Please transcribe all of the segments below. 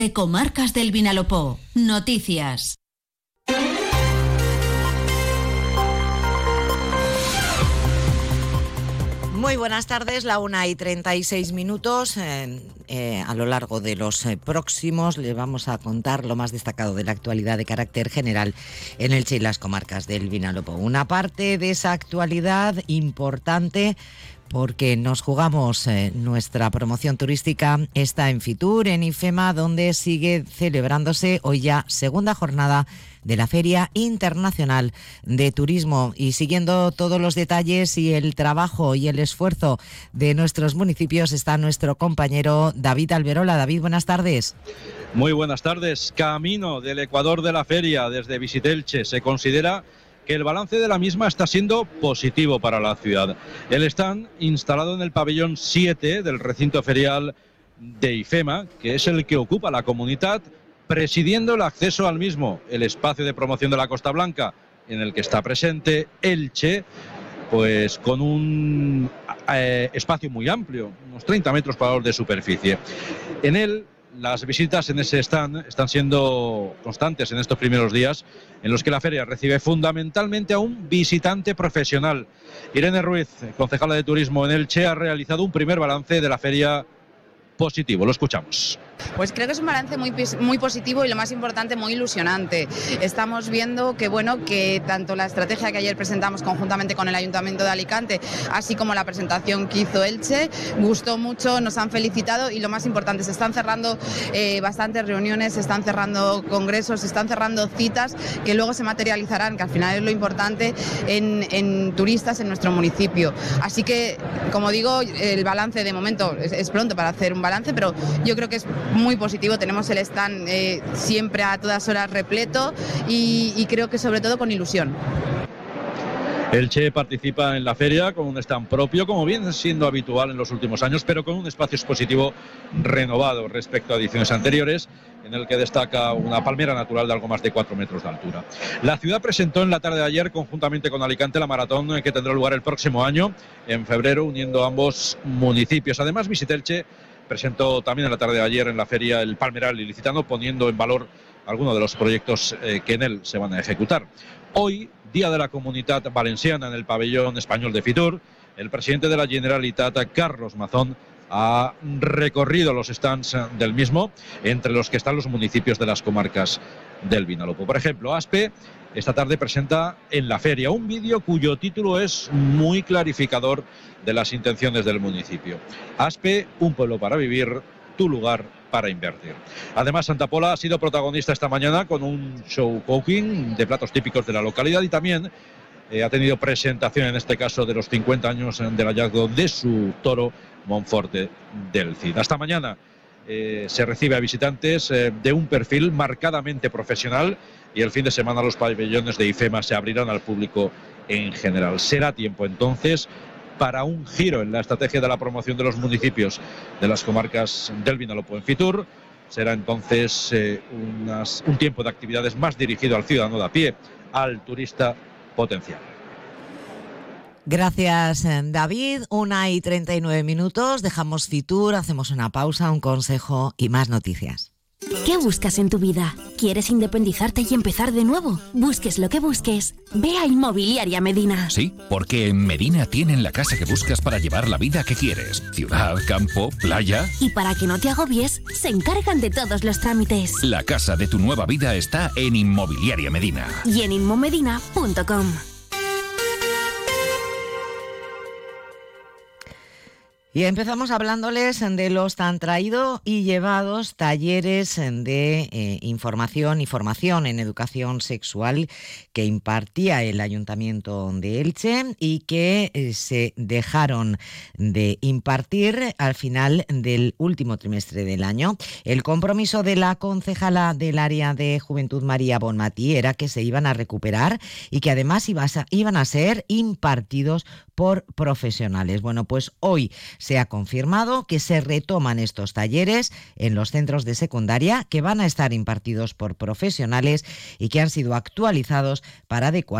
Comarcas del Vinalopó. Noticias. Muy buenas tardes, la 1:36. A lo largo de los próximos les vamos a contar lo más destacado de la actualidad de carácter general en Elche y las comarcas del Vinalopó. Una parte de esa actualidad importante, porque nos jugamos nuestra promoción turística, está en Fitur, en IFEMA, donde sigue celebrándose hoy ya segunda jornada de la Feria Internacional de Turismo. Y siguiendo todos los detalles y el trabajo y el esfuerzo de nuestros municipios está nuestro compañero David Alberola. David, buenas tardes. Muy buenas tardes. Camino del Ecuador de la Feria desde Visitelche. Se considera que el balance de la misma está siendo positivo para la ciudad. El stand instalado en el pabellón 7 del recinto ferial de IFEMA, que es el que ocupa la comunidad, presidiendo el acceso al mismo, el espacio de promoción de la Costa Blanca, en el que está presente Elche, pues con un espacio muy amplio, unos 30 metros cuadrados de superficie. En él, las visitas en ese stand están siendo constantes en estos primeros días, en los que la feria recibe fundamentalmente a un visitante profesional. Irene Ruiz, concejala de turismo en Elche, ha realizado un primer balance de la feria positivo. Lo escuchamos. Pues creo que es un balance muy positivo y, lo más importante, muy ilusionante. Estamos viendo que tanto la estrategia que ayer presentamos conjuntamente con el Ayuntamiento de Alicante, así como la presentación que hizo Elche, gustó mucho, nos han felicitado y, lo más importante, se están cerrando bastantes reuniones, se están cerrando congresos, se están cerrando citas que luego se materializarán, que al final es lo importante, en turistas en nuestro municipio. Así que, como digo, el balance de momento es pronto para hacer un balance, pero yo creo que es muy positivo. Tenemos el stand siempre a todas horas repleto y creo que sobre todo con ilusión. Elche participa en la feria con un stand propio, como viene siendo habitual en los últimos años, pero con un espacio expositivo renovado respecto a ediciones anteriores, en el que destaca una palmera natural de algo más de 4 metros de altura. La ciudad presentó en la tarde de ayer, conjuntamente con Alicante, la maratón que tendrá lugar el próximo año, en febrero, uniendo ambos municipios. Además, Visitelche presentó también en la tarde de ayer en la feria el Palmeral Ilicitano, poniendo en valor algunos de los proyectos que en él se van a ejecutar. Hoy, Día de la Comunidad Valenciana, en el pabellón español de Fitur, el presidente de la Generalitat, Carlos Mazón, ha recorrido los stands del mismo, entre los que están los municipios de las comarcas del Vinalopó. Por ejemplo, Aspe esta tarde presenta en la feria un vídeo cuyo título es muy clarificador de las intenciones del municipio. Aspe, un pueblo para vivir, tu lugar para invertir. Además, Santa Pola ha sido protagonista esta mañana con un show cooking de platos típicos de la localidad y también ha tenido presentación, en este caso, de los 50 años del hallazgo de su toro Monforte del Cid. Hasta mañana se recibe a visitantes de un perfil marcadamente profesional y el fin de semana los pabellones de IFEMA se abrirán al público en general. Será tiempo entonces para un giro en la estrategia de la promoción de los municipios de las comarcas del Vinalopó en Fitur. Será entonces un tiempo de actividades más dirigido al ciudadano de a pie, al turista potencial. Gracias, David. 1:39. Dejamos Fitur, hacemos una pausa, un consejo y más noticias. ¿Qué buscas en tu vida? ¿Quieres independizarte y empezar de nuevo? Busques lo que busques, ve a Inmobiliaria Medina. Sí, porque en Medina tienen la casa que buscas para llevar la vida que quieres. Ciudad, campo, playa. Y para que no te agobies, se encargan de todos los trámites. La casa de tu nueva vida está en Inmobiliaria Medina. Y en inmomedina.com. Y empezamos hablándoles de los tan traído y llevados talleres de información y formación en educación sexual que impartía el Ayuntamiento de Elche y que se dejaron de impartir al final del último trimestre del año. El compromiso de la concejala del área de Juventud, María Bonmatí, era que se iban a recuperar y que además iban a ser impartidos por profesionales. Bueno, pues hoy se ha confirmado que se retoman estos talleres en los centros de secundaria, que van a estar impartidos por profesionales y que han sido actualizados para adecuarse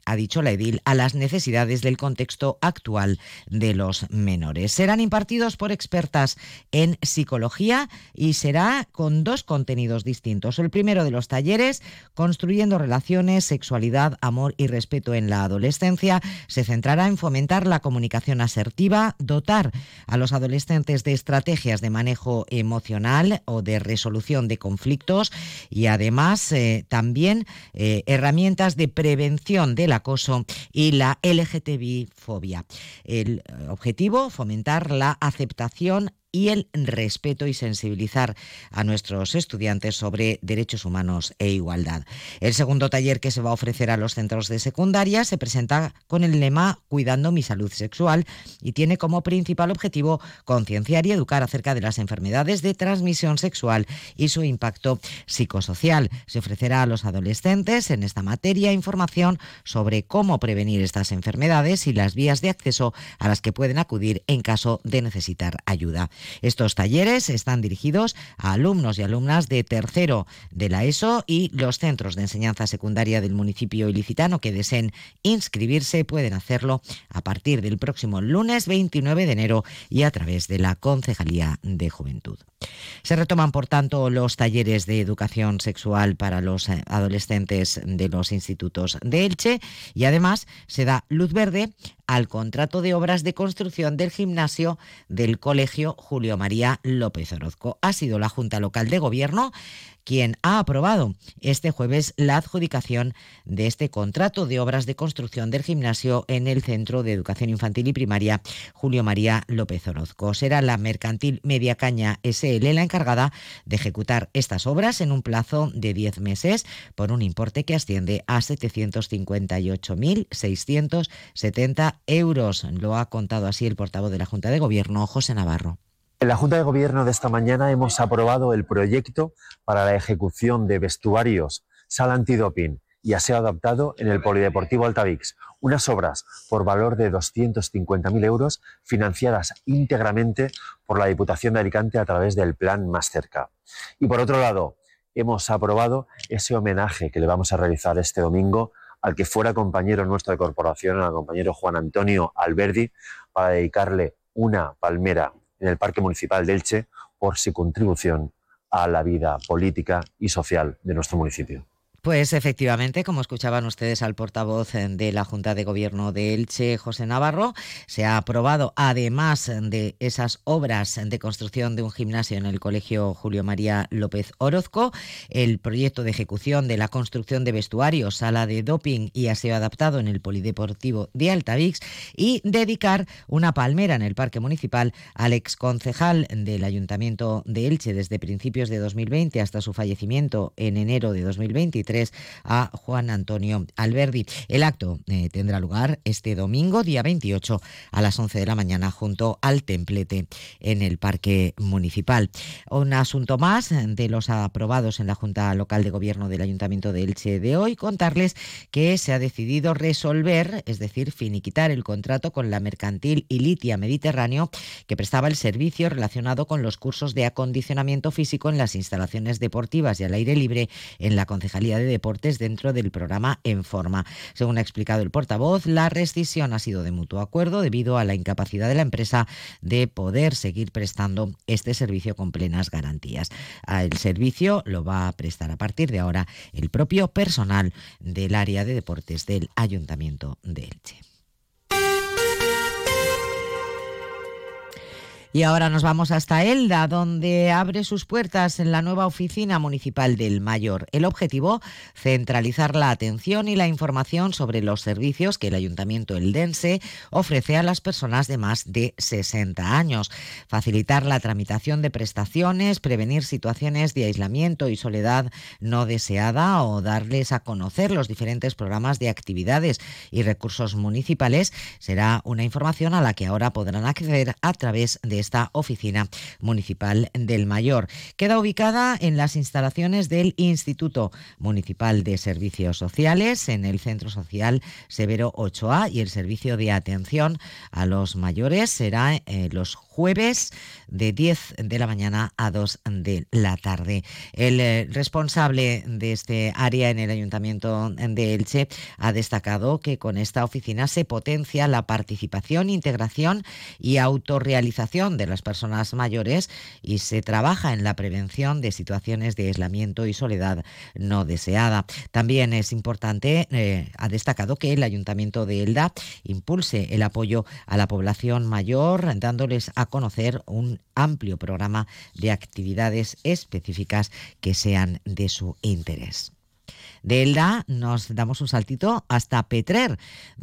ha dicho la edil, a las necesidades del contexto actual de los menores. Serán impartidos por expertas en psicología y será con 2 contenidos distintos. El primero de los talleres, Construyendo relaciones, sexualidad, amor y respeto en la adolescencia, se centrará en fomentar la comunicación asertiva, dotar a los adolescentes de estrategias de manejo emocional o de resolución de conflictos y además también herramientas de prevención del acoso y la LGTBI-fobia. El objetivo, fomentar la aceptación y el respeto y sensibilizar a nuestros estudiantes sobre derechos humanos e igualdad. El segundo taller que se va a ofrecer a los centros de secundaria se presenta con el lema Cuidando mi salud sexual y tiene como principal objetivo concienciar y educar acerca de las enfermedades de transmisión sexual y su impacto psicosocial. Se ofrecerá a los adolescentes en esta materia información sobre cómo prevenir estas enfermedades y las vías de acceso a las que pueden acudir en caso de necesitar ayuda. Estos talleres están dirigidos a alumnos y alumnas de tercero de la ESO y los centros de enseñanza secundaria del municipio ilicitano que deseen inscribirse pueden hacerlo a partir del próximo lunes 29 de enero y a través de la Concejalía de Juventud. Se retoman, por tanto, los talleres de educación sexual para los adolescentes de los institutos de Elche y además se da luz verde al contrato de obras de construcción del gimnasio del Colegio Julio María López Orozco. Ha sido la Junta Local de Gobierno quien ha aprobado este jueves la adjudicación de este contrato de obras de construcción del gimnasio en el Centro de Educación Infantil y Primaria Julio María López Orozco. Será la Mercantil Mediacaña SL la encargada de ejecutar estas obras en un plazo de 10 meses por un importe que asciende a 758.670 euros. Lo ha contado así el portavoz de la Junta de Gobierno, José Navarro. En la Junta de Gobierno de esta mañana hemos aprobado el proyecto para la ejecución de vestuarios, sala antidoping y aseo adaptado en el Polideportivo Altavix. Unas obras por valor de 250.000 euros financiadas íntegramente por la Diputación de Alicante a través del Plan Más Cerca. Y por otro lado, hemos aprobado ese homenaje que le vamos a realizar este domingo al que fuera compañero nuestro de corporación, al compañero Juan Antonio Alberdi, para dedicarle una palmera en el Parque Municipal de Elche por su contribución a la vida política y social de nuestro municipio. Pues efectivamente, como escuchaban ustedes al portavoz de la Junta de Gobierno de Elche, José Navarro, se ha aprobado, además de esas obras de construcción de un gimnasio en el Colegio Julio María López Orozco, el proyecto de ejecución de la construcción de vestuarios, sala de doping y aseo adaptado en el Polideportivo de Altavix y dedicar una palmera en el Parque Municipal al exconcejal del Ayuntamiento de Elche desde principios de 2020 hasta su fallecimiento en enero de 2023, a Juan Antonio Alberdi. El acto tendrá lugar este domingo, día 28, a las 11 de la mañana, junto al templete en el Parque Municipal. Un asunto más de los aprobados en la Junta Local de Gobierno del Ayuntamiento de Elche de hoy, contarles que se ha decidido resolver, es decir, finiquitar el contrato con la Mercantil Ilitia Mediterráneo, que prestaba el servicio relacionado con los cursos de acondicionamiento físico en las instalaciones deportivas y al aire libre en la Concejalía de Deportes dentro del programa En Forma. Según ha explicado el portavoz, la rescisión ha sido de mutuo acuerdo debido a la incapacidad de la empresa de poder seguir prestando este servicio con plenas garantías. El servicio lo va a prestar a partir de ahora el propio personal del área de deportes del Ayuntamiento de Elche. Y ahora nos vamos hasta Elda, donde abre sus puertas en la nueva oficina municipal del Mayor. El objetivo, centralizar la atención y la información sobre los servicios que el Ayuntamiento eldense ofrece a las personas de más de 60 años. Facilitar la tramitación de prestaciones, prevenir situaciones de aislamiento y soledad no deseada o darles a conocer los diferentes programas de actividades y recursos municipales será una información a la que ahora podrán acceder a través de esta oficina municipal del Mayor. Queda ubicada en las instalaciones del Instituto Municipal de Servicios Sociales, en el Centro Social Severo 8A, y el servicio de atención a los mayores será los jueves de 10 de la mañana a 2 de la tarde. El responsable de este área en el Ayuntamiento de Elche ha destacado que con esta oficina se potencia la participación, integración y autorrealización de las personas mayores y se trabaja en la prevención de situaciones de aislamiento y soledad no deseada. También es importante, ha destacado que el Ayuntamiento de Elda impulse el apoyo a la población mayor, dándoles a conocer un amplio programa de actividades específicas que sean de su interés. De Elda nos damos un saltito hasta Petrer,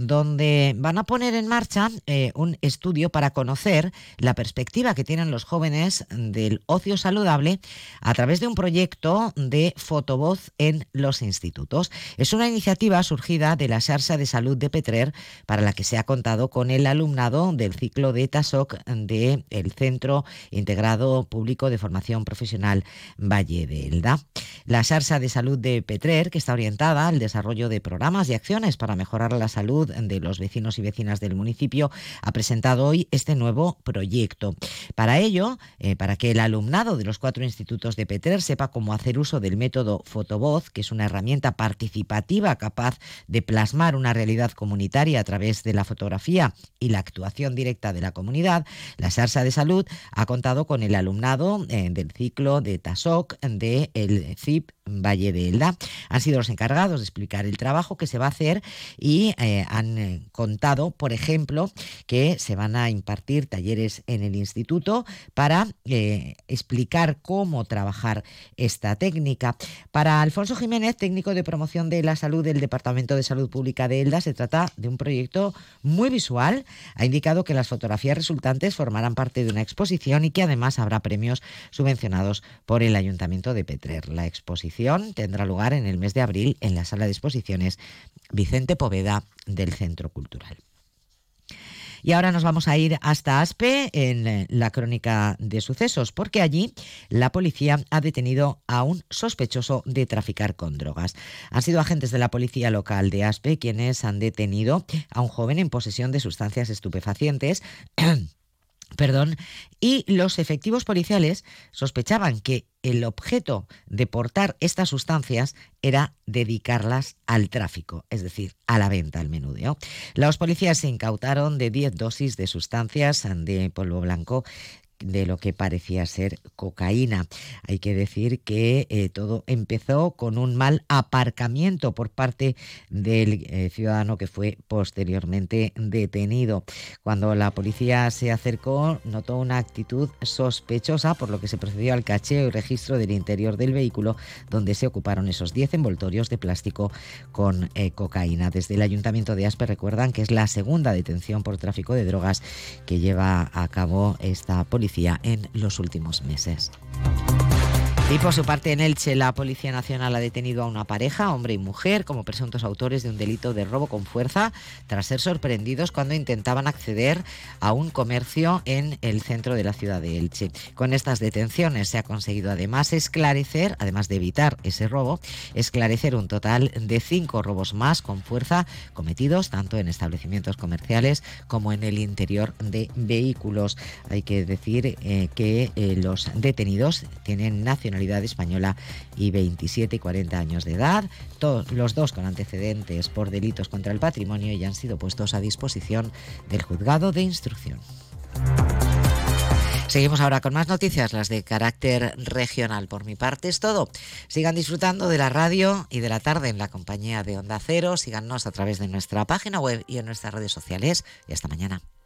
donde van a poner en marcha un estudio para conocer la perspectiva que tienen los jóvenes del ocio saludable a través de un proyecto de fotovoz en los institutos. Es una iniciativa surgida de la Xarxa de Salud de Petrer, para la que se ha contado con el alumnado del ciclo de TASOC del Centro Integrado Público de Formación Profesional Valle de Elda. La Xarxa de Salud de Petrer, que está orientada al desarrollo de programas y acciones para mejorar la salud de los vecinos y vecinas del municipio, ha presentado hoy este nuevo proyecto. Para ello, para que el alumnado de los 4 institutos de Petrer sepa cómo hacer uso del método fotovoz, que es una herramienta participativa capaz de plasmar una realidad comunitaria a través de la fotografía y la actuación directa de la comunidad, la Xarxa de Salud ha contado con el alumnado del ciclo de TASOC del CIP Valle de Elda. Han sido los encargados de explicar el trabajo que se va a hacer y han contado, por ejemplo, que se van a impartir talleres en el instituto para explicar cómo trabajar esta técnica. Para Alfonso Jiménez, técnico de promoción de la salud del Departamento de Salud Pública de Elda, se trata de un proyecto muy visual. Ha indicado que las fotografías resultantes formarán parte de una exposición y que además habrá premios subvencionados por el Ayuntamiento de Petrer. La exposición tendrá lugar en el mes de abril en la sala de exposiciones Vicente Poveda del Centro Cultural. Y ahora nos vamos a ir hasta Aspe en la crónica de sucesos, porque allí la policía ha detenido a un sospechoso de traficar con drogas. Han sido agentes de la policía local de Aspe quienes han detenido a un joven en posesión de sustancias estupefacientes y los efectivos policiales sospechaban que el objeto de portar estas sustancias era dedicarlas al tráfico, es decir, a la venta, al menudeo. Los policías se incautaron de 10 dosis de sustancias de polvo blanco, de lo que parecía ser cocaína. Hay que decir que todo empezó con un mal aparcamiento por parte del ciudadano que fue posteriormente detenido. Cuando la policía se acercó, notó una actitud sospechosa, por lo que se procedió al cacheo y registro del interior del vehículo, donde se ocuparon esos 10 envoltorios de plástico con cocaína. Desde el Ayuntamiento de Aspe recuerdan que es la segunda detención por tráfico de drogas que lleva a cabo esta policía en los últimos meses. Y por su parte, en Elche, la Policía Nacional ha detenido a una pareja, hombre y mujer, como presuntos autores de un delito de robo con fuerza, tras ser sorprendidos cuando intentaban acceder a un comercio en el centro de la ciudad de Elche. Con estas detenciones se ha conseguido además esclarecer, además de evitar ese robo, esclarecer un total de 5 robos más con fuerza cometidos tanto en establecimientos comerciales como en el interior de vehículos. Hay que decir que los detenidos tienen nacionalidad española y 27 y 40 años de edad, todos los dos con antecedentes por delitos contra el patrimonio, y han sido puestos a disposición del juzgado de instrucción. Seguimos ahora con más noticias, las de carácter regional. Por mi parte es todo. Sigan disfrutando de la radio y de la tarde en la compañía de Onda Cero. Síganos a través de nuestra página web y en nuestras redes sociales. Y hasta mañana.